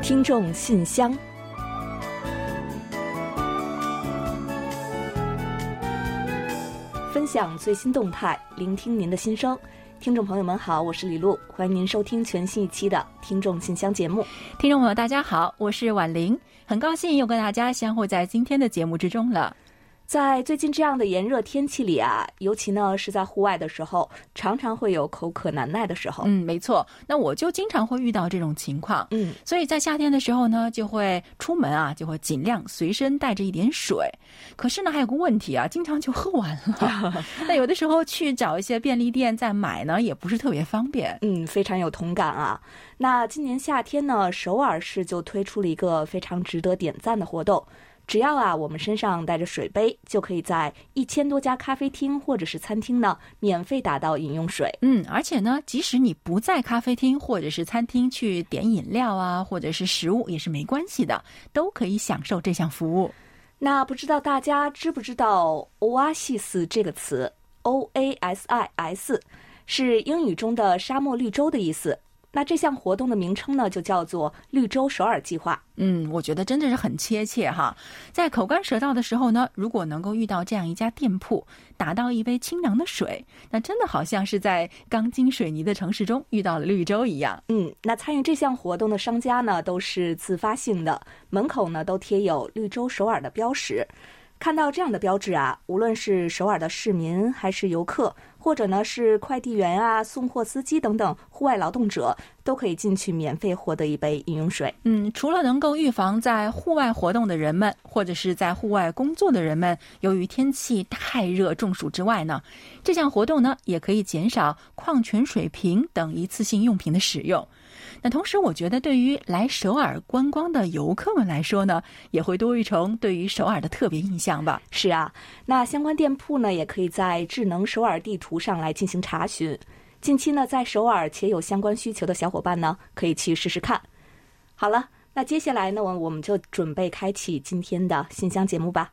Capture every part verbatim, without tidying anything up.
听众信箱，分享最新动态，聆听您的心声。听众朋友们好，我是李璐，欢迎您收听全新一期的听众信箱节目。 听众朋友大家好，我是婉玲，很高兴又跟大家相会在今天的节目之中了。 在最近这样的炎热天气里啊，尤其呢是在户外的时候，常常会有口渴难耐的时候。 嗯，没错。那我就经常会遇到这种情况。 嗯， 所以在夏天的时候呢，就会出门啊，就会尽量随身带着一点水。可是呢，还有个问题啊，经常就喝完了。那有的时候去找一些便利店再买呢，也不是特别方便。 嗯，非常有同感啊。那今年夏天呢，首尔市就推出了一个非常值得点赞的活动。只要啊，我们身上带着水杯，就可以在一千多家咖啡厅或者是餐厅呢，免费打到饮用水。 嗯，而且呢，即使你不在咖啡厅或者是餐厅去点饮料啊，或者是食物也是没关系的，都可以享受这项服务。 那不知道大家知不知道 Oasis 这个词 O A S I S 是英语中的沙漠绿洲的意思。那这项活动的名称呢，就叫做绿洲首尔计划。 嗯，我觉得真的是很贴切哈。在口干舌燥的时候呢，如果能够遇到这样一家店铺，打到一杯清凉的水，那真的好像是在钢筋水泥的城市中遇到了绿洲一样。 嗯，那参与这项活动的商家呢，都是自发性的，门口呢都贴有绿洲首尔的标识。看到这样的标志啊，无论是首尔的市民还是游客，或者呢是快递员啊、送货司机等等户外劳动者，都可以进去免费获得一杯饮用水。 嗯，除了能够预防在户外活动的人们，或者是在户外工作的人们由于天气太热中暑之外呢，这项活动呢也可以减少矿泉水瓶等一次性用品的使用。那同时我觉得对于来首尔观光的游客们来说呢，也会多一重对于首尔的特别印象吧。 是啊，那相关店铺呢也可以在智能首尔地图上来进行查询。近期呢在首尔且有相关需求的小伙伴呢可以去试试看。好了，那接下来呢我我们就准备开启今天的信箱节目吧。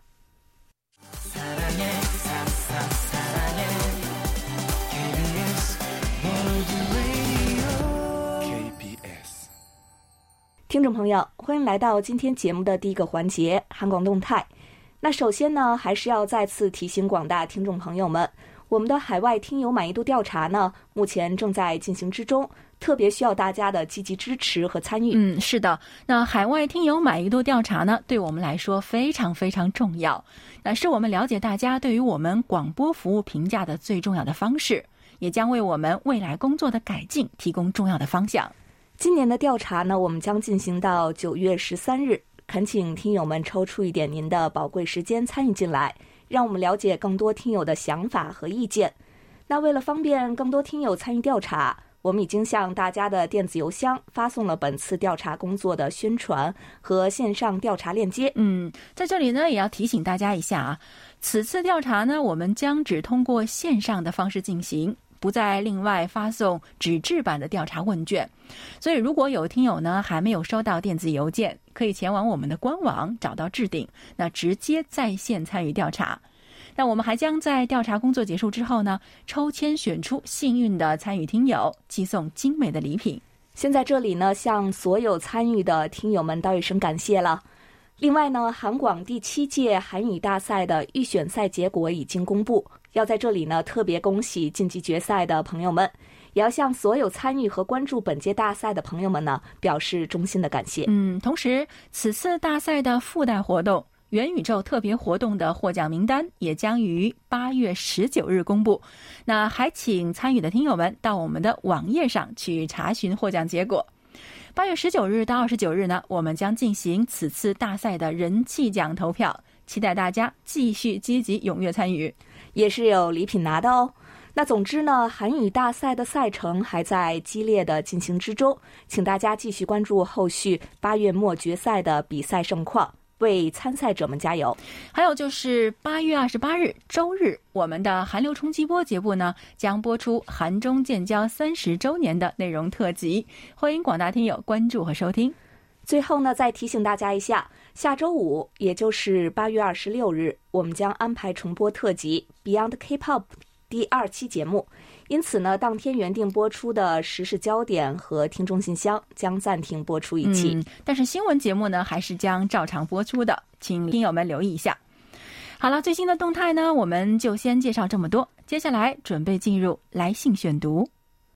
听众朋友，欢迎来到今天节目的第一个环节韩广动态。那首先呢，还是要再次提醒广大听众朋友们，我们的海外听友满意度调查呢，目前正在进行之中，特别需要大家的积极支持和参与。 嗯，是的。那海外听友满意度调查呢，对我们来说非常非常重要。那是我们了解大家对于我们广播服务评价的最重要的方式，也将为我们未来工作的改进提供重要的方向。 今年的调查呢，我们将进行到九月十三日，恳请听友们抽出一点您的宝贵时间参与进来，让我们了解更多听友的想法和意见。那为了方便更多听友参与调查，我们已经向大家的电子邮箱发送了本次调查工作的宣传和线上调查链接。 嗯，在这里呢，也要提醒大家一下啊，此次调查呢，我们将只通过线上的方式进行，不再另外发送纸质版的调查问卷。所以如果有听友呢还没有收到电子邮件，可以前往我们的官网找到置顶，那直接在线参与调查。那我们还将在调查工作结束之后呢，抽签选出幸运的参与听友，寄送精美的礼品。 先在这里呢，向所有参与的听友们道一声感谢了。另外呢，韩广第七届韩语大赛的预选赛结果已经公布，要在这里呢特别恭喜晋级决赛的朋友们，也要向所有参与和关注本届大赛的朋友们呢表示衷心的感谢。 嗯，同时此次大赛的附带活动元宇宙特别活动的获奖名单也将于八月十九日公布，那还请参与的听友们到我们的网页上去查询获奖结果。八月十九日到二十九日呢，我们将进行此次大赛的人气奖投票，期待大家继续积极踊跃参与， 也是有礼品拿的哦。那总之呢，韩语大赛的赛程还在激烈的进行之中，请大家继续关注后续八月末决赛的比赛盛况，为参赛者们加油。 还有就是八月二十八日周日，我们的韩流冲击波节目呢将播出韩中建交三十周年的内容特辑，欢迎广大听友关注和收听。 最后呢，再提醒大家一下，下周五也就是八月二十六日，我们将安排重播特辑 Beyond K-pop 第二期节目，因此呢，当天原定播出的时事焦点和听众信箱将暂停播出一期。 嗯，但是新闻节目呢，还是将照常播出的，请听友们留意一下。好了，最新的动态呢，我们就先介绍这么多。接下来准备进入来信选读。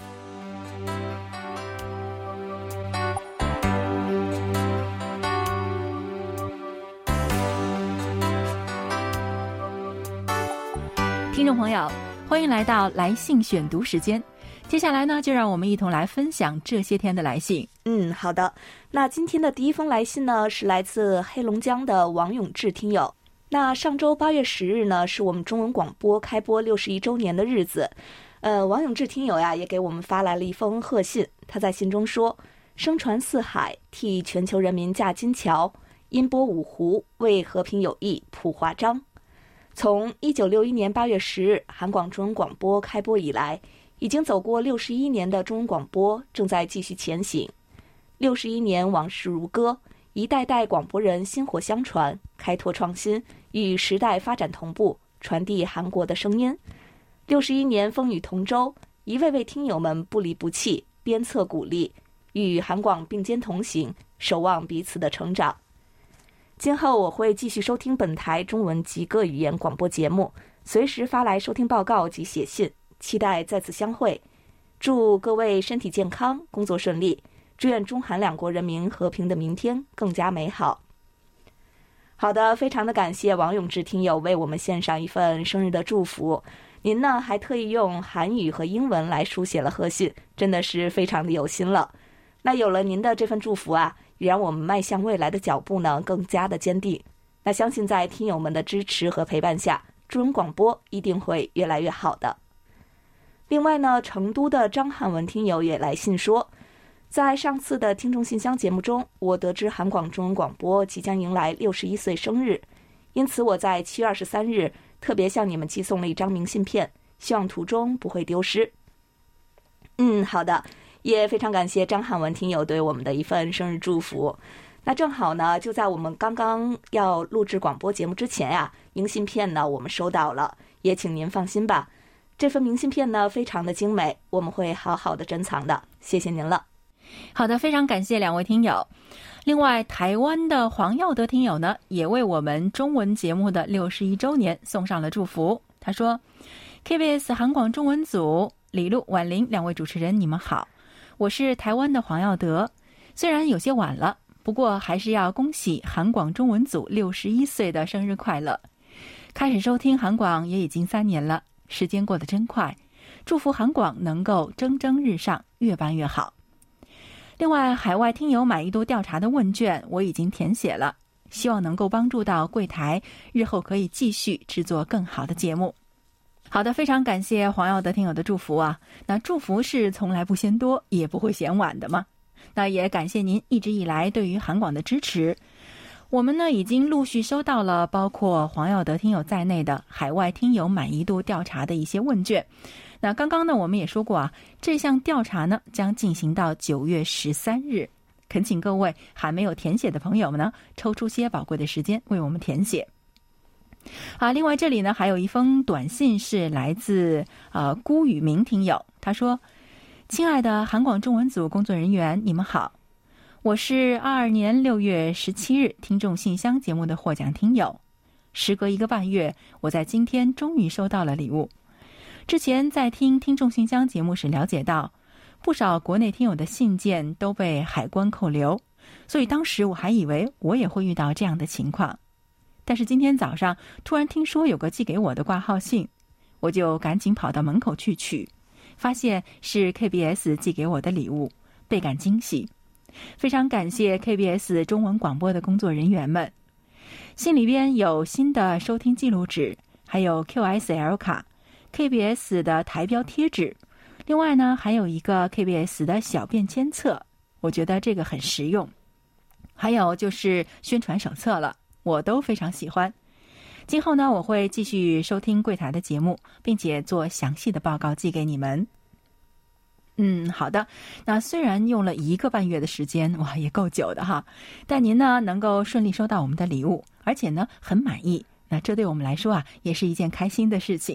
听众朋友，欢迎来到来信选读时间。接下来呢，就让我们一同来分享这些天的来信。 嗯，好的。那今天的第一封来信呢，是来自黑龙江的王永志听友。那上周八月十日呢，是我们中文广播开播六十一周年的日子。呃，王永志听友呀，也给我们发来了一封贺信。他在信中说：“声传四海，替全球人民架金桥；音波五湖，为和平友谊谱华章。”从一九六一年八月十日韩广中文广播开播以来，已经走过六十一年的中文广播正在继续前行。六十一年往事如歌，一代代广播人薪火相传，开拓创新，与时代发展同步，传递韩国的声音。六十一年风雨同舟，一位位听友们不离不弃，鞭策鼓励，与韩广并肩同行，守望彼此的成长。今后我会继续收听本台中文及各语言广播节目，随时发来收听报告及写信，期待再次相会。祝各位身体健康，工作顺利，祝愿中韩两国人民和平的明天更加美好。好的，非常的感谢王永志听友为我们献上一份生日的祝福。您呢还特意用韩语和英文来书写了贺信，真的是非常的有心了。那有了您的这份祝福啊，也让我们迈向未来的脚步呢更加的坚定。那相信在听友们的支持和陪伴下，中文广播一定会越来越好的。另外呢，成都的张汉文听友也来信说，在上次的听众信箱节目中，我得知韩广中文广播即将迎来六十一岁生日，因此我在七月二十三日特别向你们寄送了一张明信片，希望途中不会丢失。嗯，好的，也非常感谢张汉文听友对我们的一份生日祝福。那正好呢，就在我们刚刚要录制广播节目之前呀、啊，明信片呢我们收到了，也请您放心吧，这份明信片呢非常的精美，我们会好好的珍藏的，谢谢您了。 好的，非常感谢两位听友。另外，台湾的黄耀德听友呢，也为我们中文节目的六十一周年送上了祝福。他说 ：“K B S 韩广中文组李璐、婉玲两位主持人，你们好，我是台湾的黄耀德。虽然有些晚了，不过还是要恭喜韩广中文组六十一岁的生日快乐。开始收听韩广也已经三年了，时间过得真快。祝福韩广能够蒸蒸日上，越办越好。”另外，海外听友满意度调查的问卷我已经填写了，希望能够帮助到柜台，日后可以继续制作更好的节目。好的，非常感谢黄耀德听友的祝福啊！那祝福是从来不嫌多，也不会嫌晚的嘛。那也感谢您一直以来对于韩广的支持。我们呢已经陆续收到了包括黄耀德听友在内的海外听友满意度调查的一些问卷。那刚刚呢我们也说过啊，这项调查呢将进行到九月十三日，恳请各位还没有填写的朋友们呢抽出些宝贵的时间为我们填写。啊，另外这里呢还有一封短信是来自呃辜宇明听友，他说：“亲爱的韩广中文组工作人员，你们好，我是二二年六月十七日听众信箱节目的获奖听友。时隔一个半月，我在今天终于收到了礼物。之前在听听众信箱节目时了解到，不少国内听友的信件都被海关扣留，所以当时我还以为我也会遇到这样的情况。但是今天早上突然听说有个寄给我的挂号信，我就赶紧跑到门口去取，发现是 K B S 寄给我的礼物，倍感惊喜。非常感谢 K B S 中文广播的工作人员们。信里边有新的收听记录纸，还有 Q S L 卡， K B S 的台标贴纸，另外呢还有一个 K B S 的小便签册，我觉得这个很实用。还有就是宣传手册了，我都非常喜欢。今后呢我会继续收听柜台的节目，并且做详细的报告寄给你们。嗯，好的。那虽然用了一个半月的时间，哇，也够久的哈。但您呢能够顺利收到我们的礼物，而且呢很满意，那这对我们来说啊也是一件开心的事情。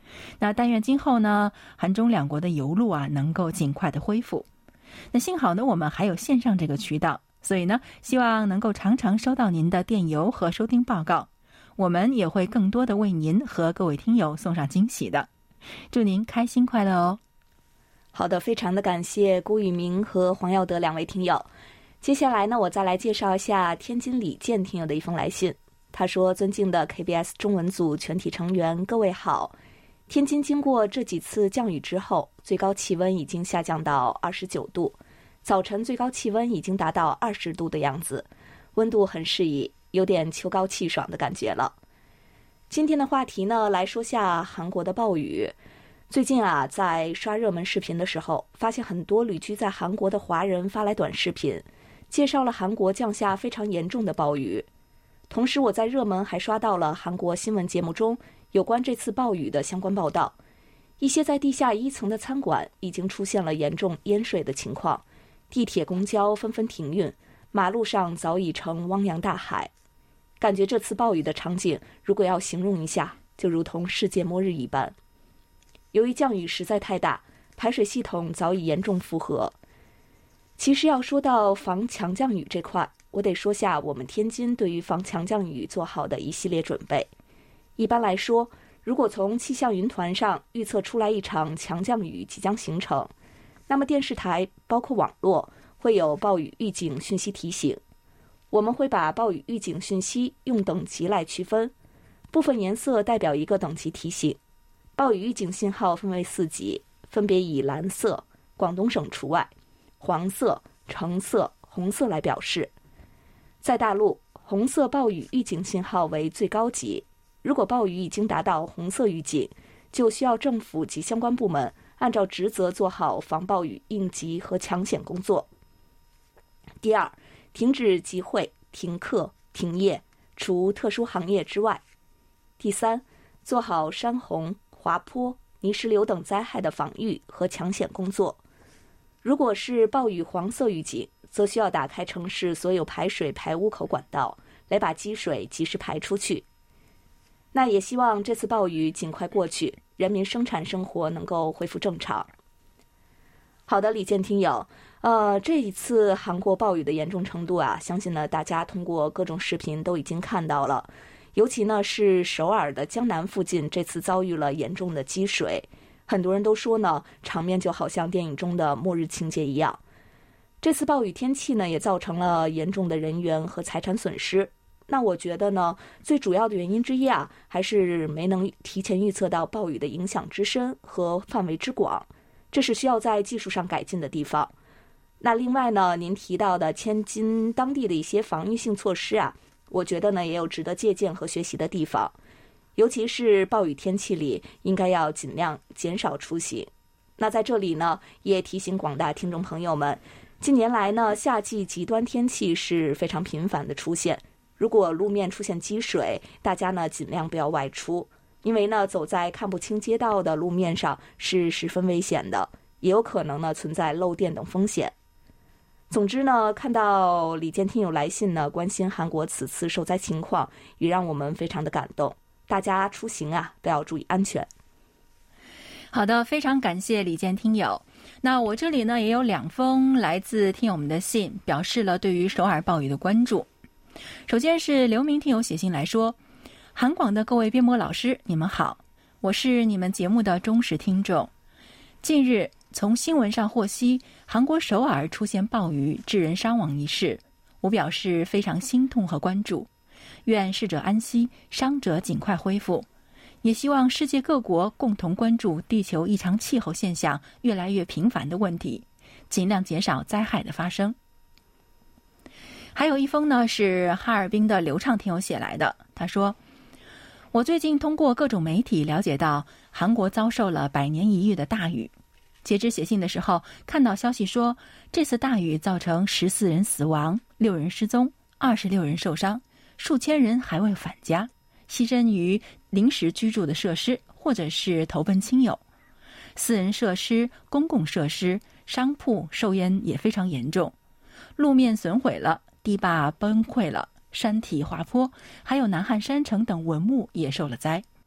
那但愿今后呢，韩中两国的邮路啊能够尽快的恢复。那幸好呢，我们还有线上这个渠道，所以呢，希望能够常常收到您的电邮和收听报告，我们也会更多的为您和各位听友送上惊喜的。祝您开心快乐哦！ 好的，非常的感谢辜宇明和黄耀德两位听友。接下来呢，我再来介绍一下天津李健听友的一封来信。他说：尊敬的 K B S 中文组全体成员，各位好。天津经过这几次降雨之后，最高气温已经下降到二十九度，早晨最高气温已经达到二十度的样子，温度很适宜，有点秋高气爽的感觉了。今天的话题呢，来说下韩国的暴雨。最近啊，在刷热门视频的时候，发现很多旅居在韩国的华人发来短视频，介绍了韩国降下非常严重的暴雨。同时我在热门还刷到了韩国新闻节目中有关这次暴雨的相关报道，一些在地下一层的餐馆已经出现了严重淹水的情况，地铁公交纷纷停运，马路上早已成汪洋大海。感觉这次暴雨的场景如果要形容一下，就如同世界末日一般。由于降雨实在太大，排水系统早已严重负荷。其实要说到防强降雨这块，我得说下我们天津对于防强降雨做好的一系列准备。一般来说，如果从气象云团上预测出来一场强降雨即将形成，那么电视台包括网络会有暴雨预警讯息提醒。我们会把暴雨预警讯息用等级来区分，部分颜色代表一个等级提醒。暴雨预警信号分为四级，分别以蓝色（广东省除外）、黄色、橙色、红色来表示。在大陆，红色暴雨预警信号为最高级，如果暴雨已经达到红色预警，就需要政府及相关部门按照职责做好防暴雨应急和抢险工作。第二，停止集会、停课、停业，除特殊行业之外。第三，做好山洪、滑坡、泥石流等灾害的防御和抢险工作。如果是暴雨黄色预警，则需要打开城市所有排水排污口管道，来把积水及时排出去。那也希望这次暴雨尽快过去，人民生产生活能够恢复正常。好的，李健听友，呃，这一次韩国暴雨的严重程度啊，相信呢大家通过各种视频都已经看到了。尤其呢是首尔的江南附近，这次遭遇了严重的积水，很多人都说呢，场面就好像电影中的末日情节一样。这次暴雨天气呢，也造成了严重的人员和财产损失。那我觉得呢，最主要的原因之一啊，还是没能提前预测到暴雨的影响之深和范围之广，这是需要在技术上改进的地方。那另外呢，您提到的天津当地的一些防御性措施啊，我觉得呢也有值得借鉴和学习的地方，尤其是暴雨天气里，应该要尽量减少出行。那在这里呢，也提醒广大听众朋友们，近年来呢，夏季极端天气是非常频繁的出现。如果路面出现积水，大家呢尽量不要外出，因为呢走在看不清街道的路面上是十分危险的，也有可能呢存在漏电等风险。总之呢，看到李健听友来信呢，关心韩国此次受灾情况，也让我们非常的感动。大家出行啊，都要注意安全。 好的，非常感谢李健听友。那我这里呢也有两封来自听友们的信，表示了对于首尔暴雨的关注。首先是刘明听友写信来说，韩广的各位编播老师，你们好，我是你们节目的忠实听众。近日从新闻上获悉，韩国首尔出现暴雨致人伤亡一事，我表示非常心痛和关注，愿逝者安息，伤者尽快恢复，也希望世界各国共同关注地球异常气候现象越来越频繁的问题，尽量减少灾害的发生。还有一封呢是哈尔滨的刘畅听友写来的，他说，我最近通过各种媒体了解到韩国遭受了百年一遇的大雨，截至写信的时候，看到消息说这次大雨造成十四人死亡，六人失踪，二十六人受伤，数千人还未返家，牺牲于临时居住的设施或者是投奔亲友。私人设施、公共设施、商铺受淹也非常严重，路面损毁了，堤坝崩溃了，山体滑坡，还有南汉山城等文物也受了灾。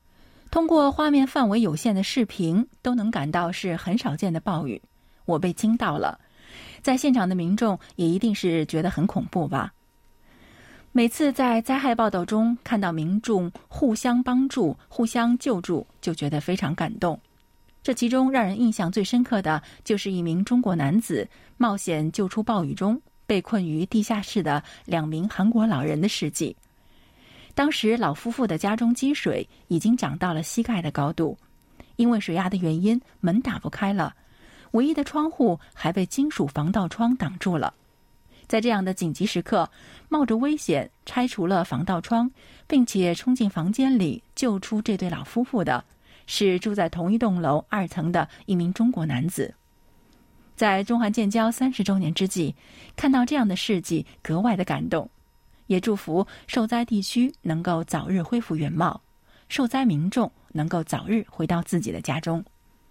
通过画面范围有限的视频，都能感到是很少见的暴雨。我被惊到了，在现场的民众也一定是觉得很恐怖吧。每次在灾害报道中看到民众互相帮助、互相救助，就觉得非常感动。这其中让人印象最深刻的就是一名中国男子冒险救出暴雨中被困于地下室的两名韩国老人的事迹。当时老夫妇的家中积水已经涨到了膝盖的高度，因为水压的原因，门打不开了，唯一的窗户还被金属防盗窗挡住了。在这样的紧急时刻，冒着危险拆除了防盗窗，并且冲进房间里救出这对老夫妇的，是住在同一栋楼二层的一名中国男子。在中韩建交三十周年之际，看到这样的事迹格外的感动，也祝福受灾地区能够早日恢复原貌，受灾民众能够早日回到自己的家中。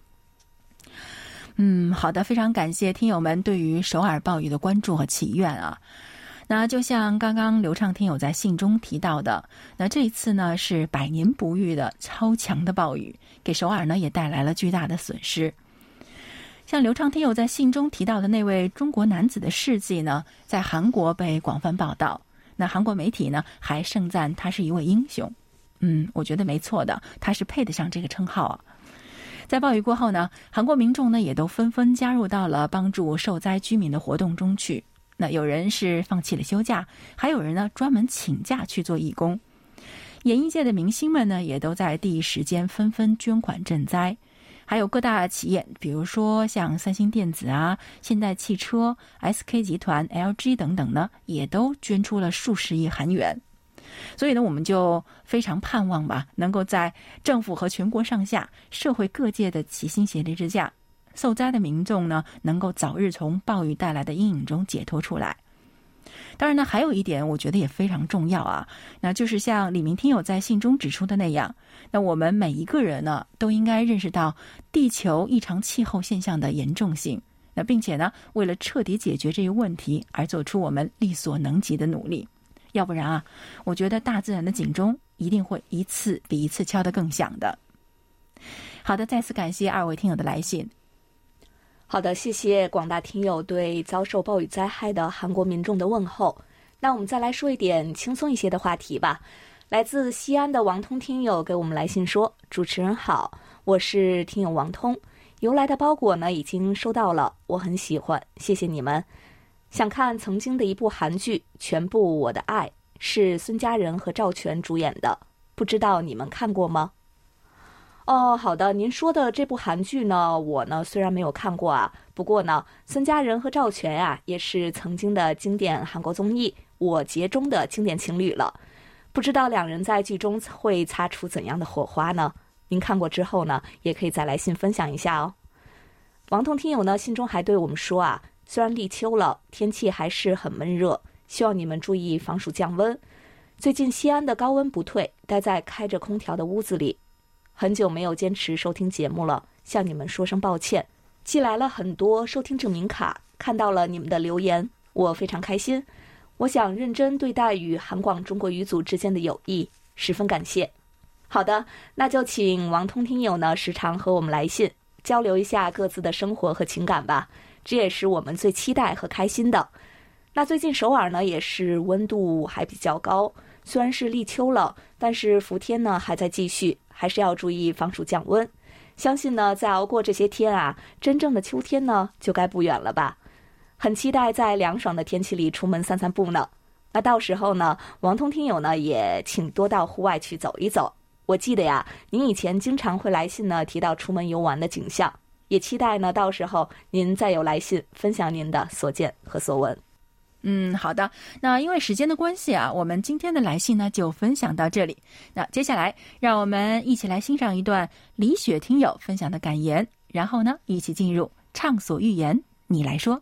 嗯，好的，非常感谢听友们对于首尔暴雨的关注和祈愿啊。那就像刚刚刘畅听友在信中提到的，那这一次呢是百年不遇的超强的暴雨，给首尔呢也带来了巨大的损失。像刘畅听友在信中提到的那位中国男子的事迹呢，在韩国被广泛报道，那韩国媒体呢还盛赞他是一位英雄。嗯，我觉得没错的，他是配得上这个称号啊。在暴雨过后呢，韩国民众呢也都纷纷加入到了帮助受灾居民的活动中去。那有人是放弃了休假，还有人呢专门请假去做义工。演艺界的明星们呢也都在第一时间纷纷捐款赈灾，还有各大企业，比如说像三星电子啊、现代汽车、S K 集团、L G 等等呢，也都捐出了数十亿韩元。所以呢，我们就非常盼望吧，能够在政府和全国上下、社会各界的齐心协力之下，受灾的民众呢，能够早日从暴雨带来的阴影中解脱出来。当然呢，还有一点我觉得也非常重要啊，那就是像李明听友在信中指出的那样，那我们每一个人呢，都应该认识到地球异常气候现象的严重性，那并且呢，为了彻底解决这一问题而做出我们力所能及的努力。要不然啊，我觉得大自然的警钟一定会一次比一次敲得更响的。好的，再次感谢二位听友的来信。 好的，谢谢广大听友对遭受暴雨灾害的韩国民众的问候。那我们再来说一点轻松一些的话题吧。来自西安的王通听友给我们来信说，主持人好，我是听友王通，邮来的包裹呢已经收到了，我很喜欢，谢谢你们。想看曾经的一部韩剧《全部我的爱》，是孙佳仁和赵全主演的，不知道你们看过吗？哦，好的，您说的这部韩剧呢，我呢虽然没有看过啊，不过呢，孙佳仁和赵全啊，也是曾经的经典韩国综艺《我结》中的经典情侣了。不知道两人在剧中会擦出怎样的火花呢？您看过之后呢，也可以再来信分享一下哦。王通听友呢，信中还对我们说啊，虽然立秋了，天气还是很闷热，希望你们注意防暑降温。最近西安的高温不退，待在开着空调的屋子里，很久没有坚持收听节目了，向你们说声抱歉。寄来了很多收听证明卡，看到了你们的留言，我非常开心。我想认真对待与韩广中国语组之间的友谊，十分感谢。好的，那就请王通听友呢时常和我们来信，交流一下各自的生活和情感吧，这也是我们最期待和开心的。那最近首尔呢也是温度还比较高，虽然是立秋了，但是伏天呢还在继续，还是要注意防暑降温。相信呢再熬过这些天啊，真正的秋天呢就该不远了吧。很期待在凉爽的天气里出门散散步呢。那到时候呢，王通听友呢也请多到户外去走一走。我记得呀，您以前经常会来信呢提到出门游玩的景象，也期待呢到时候您再有来信分享您的所见和所闻。 嗯，好的。那因为时间的关系啊，我们今天的来信呢就分享到这里。那接下来让我们一起来欣赏一段李雪听友分享的感言，然后呢一起进入畅所欲言，你来说。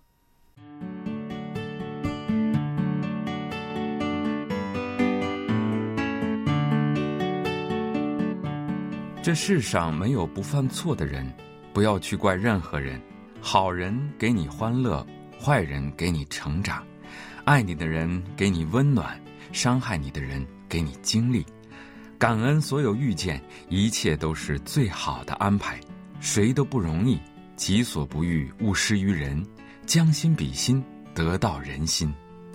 这世上没有不犯错的人，不要去怪任何人。好人给你欢乐，坏人给你成长，爱你的人给你温暖，伤害你的人给你经历。 感恩所有遇见，一切都是最好的安排。谁都不容易，己所不欲，勿施于人。将心比心，得到人心。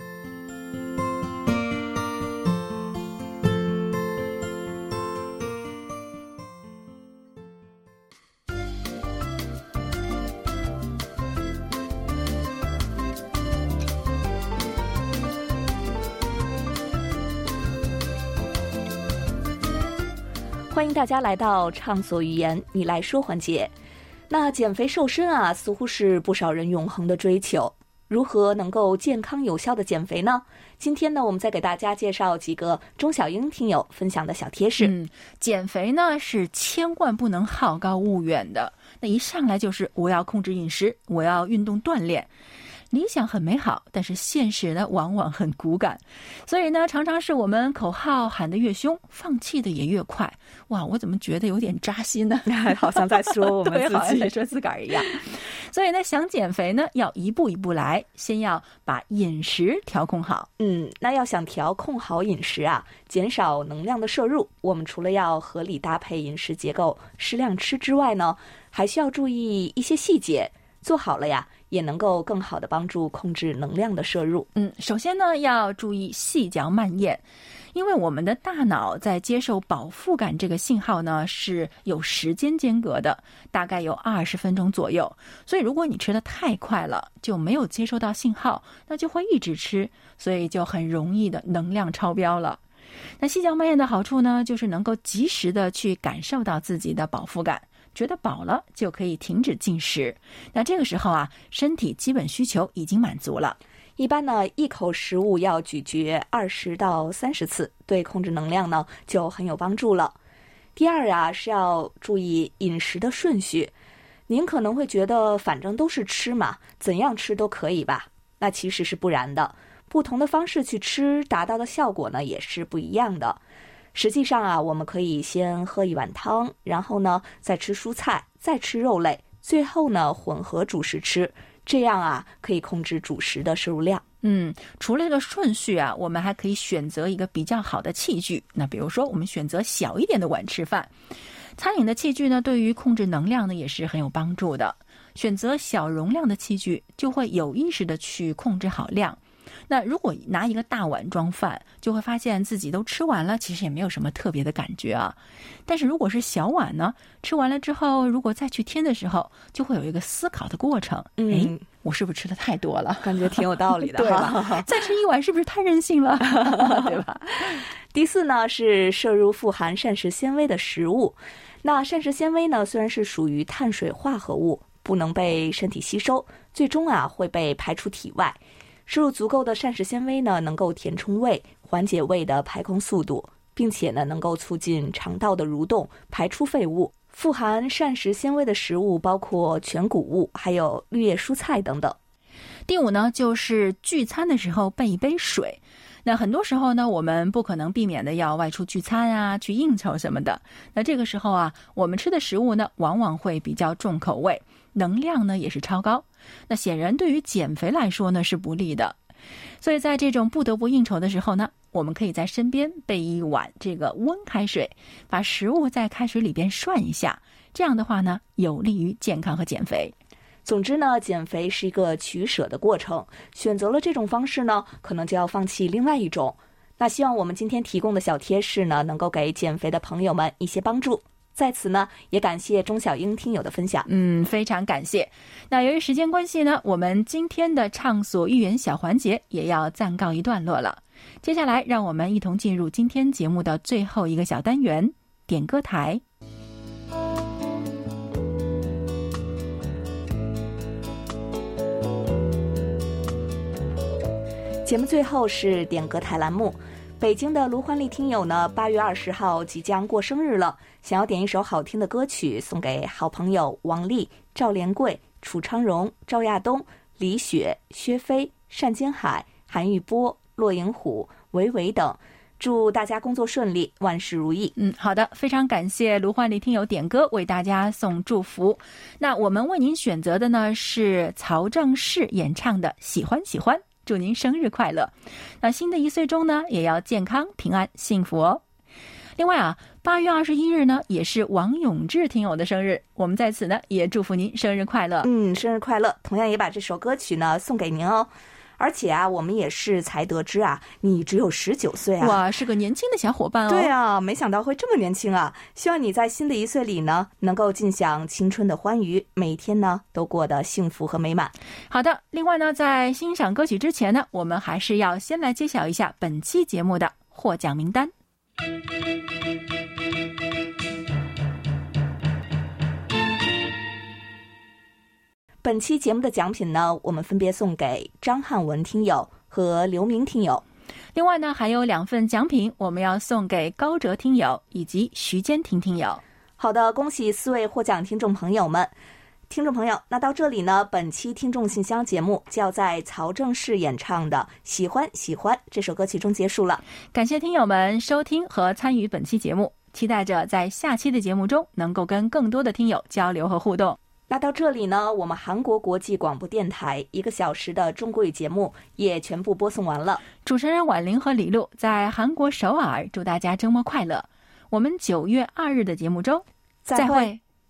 欢迎大家来到畅所欲言你来说环节。那减肥瘦身啊，似乎是不少人永恒的追求。如何能够健康有效的减肥呢？今天呢，我们再给大家介绍几个钟小英听友分享的小贴士。 嗯，减肥呢是千万不能好高骛远的。那一上来就是我要控制饮食，我要运动锻炼。理想很美好，但是现实呢往往很骨感，所以呢常常是我们口号喊得越凶，放弃的也越快。哇，我怎么觉得有点扎心呢？ 好像在说我们自己， 对，好像在说自个儿一样。所以呢，想减肥呢要一步一步来，先要把饮食调控好。 嗯，那要想调控好饮食啊，减少能量的摄入，我们除了要合理搭配饮食结构，适量吃之外呢，还需要注意一些细节。做好了呀，也能够更好的帮助控制能量的摄入。 嗯，首先呢，要注意细嚼慢咽，因为我们的大脑在接受饱腹感这个信号呢是有时间间隔的，大概有二十分钟左右。所以如果你吃得太快了，就没有接收到信号，那就会一直吃，所以就很容易的能量超标了。那细嚼慢咽的好处呢，就是能够及时的去感受到自己的饱腹感。觉得饱了就可以停止进食，那这个时候啊，身体基本需求已经满足了。 一般呢，一口食物要咀嚼二十到三十次，对控制能量呢就很有帮助了。第二啊，是要注意饮食的顺序。您可能会觉得反正都是吃嘛，怎样吃都可以吧？那其实是不然的，不同的方式去吃，达到的效果呢也是不一样的。实际上啊，我们可以先喝一碗汤，然后呢再吃蔬菜，再吃肉类，最后呢混合主食吃，这样啊可以控制主食的摄入量。 嗯，除了这个顺序啊，我们还可以选择一个比较好的器具。那比如说我们选择小一点的碗吃饭，餐饮的器具呢对于控制能量呢也是很有帮助的。选择小容量的器具，就会有意识的去控制好量。那如果拿一个大碗装饭，就会发现自己都吃完了，其实也没有什么特别的感觉啊。但是如果是小碗呢，吃完了之后，如果再去添的时候，就会有一个思考的过程。 嗯， 诶，我是不是吃的太多了？ 感觉挺有道理的， 对吧？再吃一碗是不是太任性了？对吧？ 第四呢是摄入富含膳食纤维的食物。那膳食纤维呢，虽然是属于碳水化合物，不能被身体吸收，最终啊会被排出体外。摄入足够的膳食纤维呢，能够填充胃，缓解胃的排空速度，并且呢，能够促进肠道的蠕动，排出废物。富含膳食纤维的食物包括全谷物，还有绿叶蔬菜等等。 第五呢，就是聚餐的时候备一杯水。那很多时候呢，我们不可能避免的要外出聚餐啊，去应酬什么的。那这个时候啊，我们吃的食物呢，往往会比较重口味，能量呢也是超高。那显然对于减肥来说呢是不利的。所以在这种不得不应酬的时候呢，我们可以在身边备一碗这个温开水，把食物在开水里边涮一下，这样的话呢，有利于健康和减肥。 总之呢，减肥是一个取舍的过程，选择了这种方式呢，可能就要放弃另外一种。那希望我们今天提供的小贴士呢，能够给减肥的朋友们一些帮助。在此呢，也感谢钟小英听友的分享。 嗯，非常感谢。那由于时间关系呢，我们今天的畅所欲言小环节也要暂告一段落了。接下来，让我们一同进入今天节目的最后一个小单元——点歌台。 节目最后是点歌台栏目。北京的卢欢丽听友呢，八月二十号即将过生日了，想要点一首好听的歌曲送给好朋友王丽、赵连贵、楚昌荣、赵亚东、李雪、薛飞、单金海、韩玉波、骆银虎、维维等，祝大家工作顺利，万事如意。 嗯，好的，非常感谢卢焕丽听友点歌，为大家送祝福。那我们为您选择的呢是曹正奭演唱的《喜欢喜欢》。祝您生日快乐！那新的一岁中呢，也要健康、平安、幸福哦。 另外啊，八月二十一日呢，也是王永志听友的生日，我们在此呢也祝福您生日快乐。 嗯，生日快乐！同样也把这首歌曲呢送给您哦。而且啊，我们也是才得知啊，你只有十九岁啊， 哇，是个年轻的小伙伴哦。 对啊，没想到会这么年轻啊！希望你在新的一岁里呢，能够尽享青春的欢愉，每一天呢都过得幸福和美满。 好的，另外呢，在欣赏歌曲之前呢，我们还是要先来揭晓一下本期节目的获奖名单。 本期节目的奖品呢，我们分别送给张汉文听友和刘明听友。 另外呢，还有两份奖品我们要送给高哲听友以及徐坚婷听友。 好的，恭喜四位获奖听众朋友们。听众朋友，那到这里呢，本期听众信箱节目就要在曹正奭演唱的《喜欢喜欢》这首歌曲中结束了。 感谢听友们收听和参与本期节目，期待着在下期的节目中能够跟更多的听友交流和互动。 那到这里呢，我们韩国国际广播电台一个小时的中国语节目也全部播送完了。 主持人婉玲和李璐在韩国首尔祝大家周末快乐。我们九月二日的节目中再会。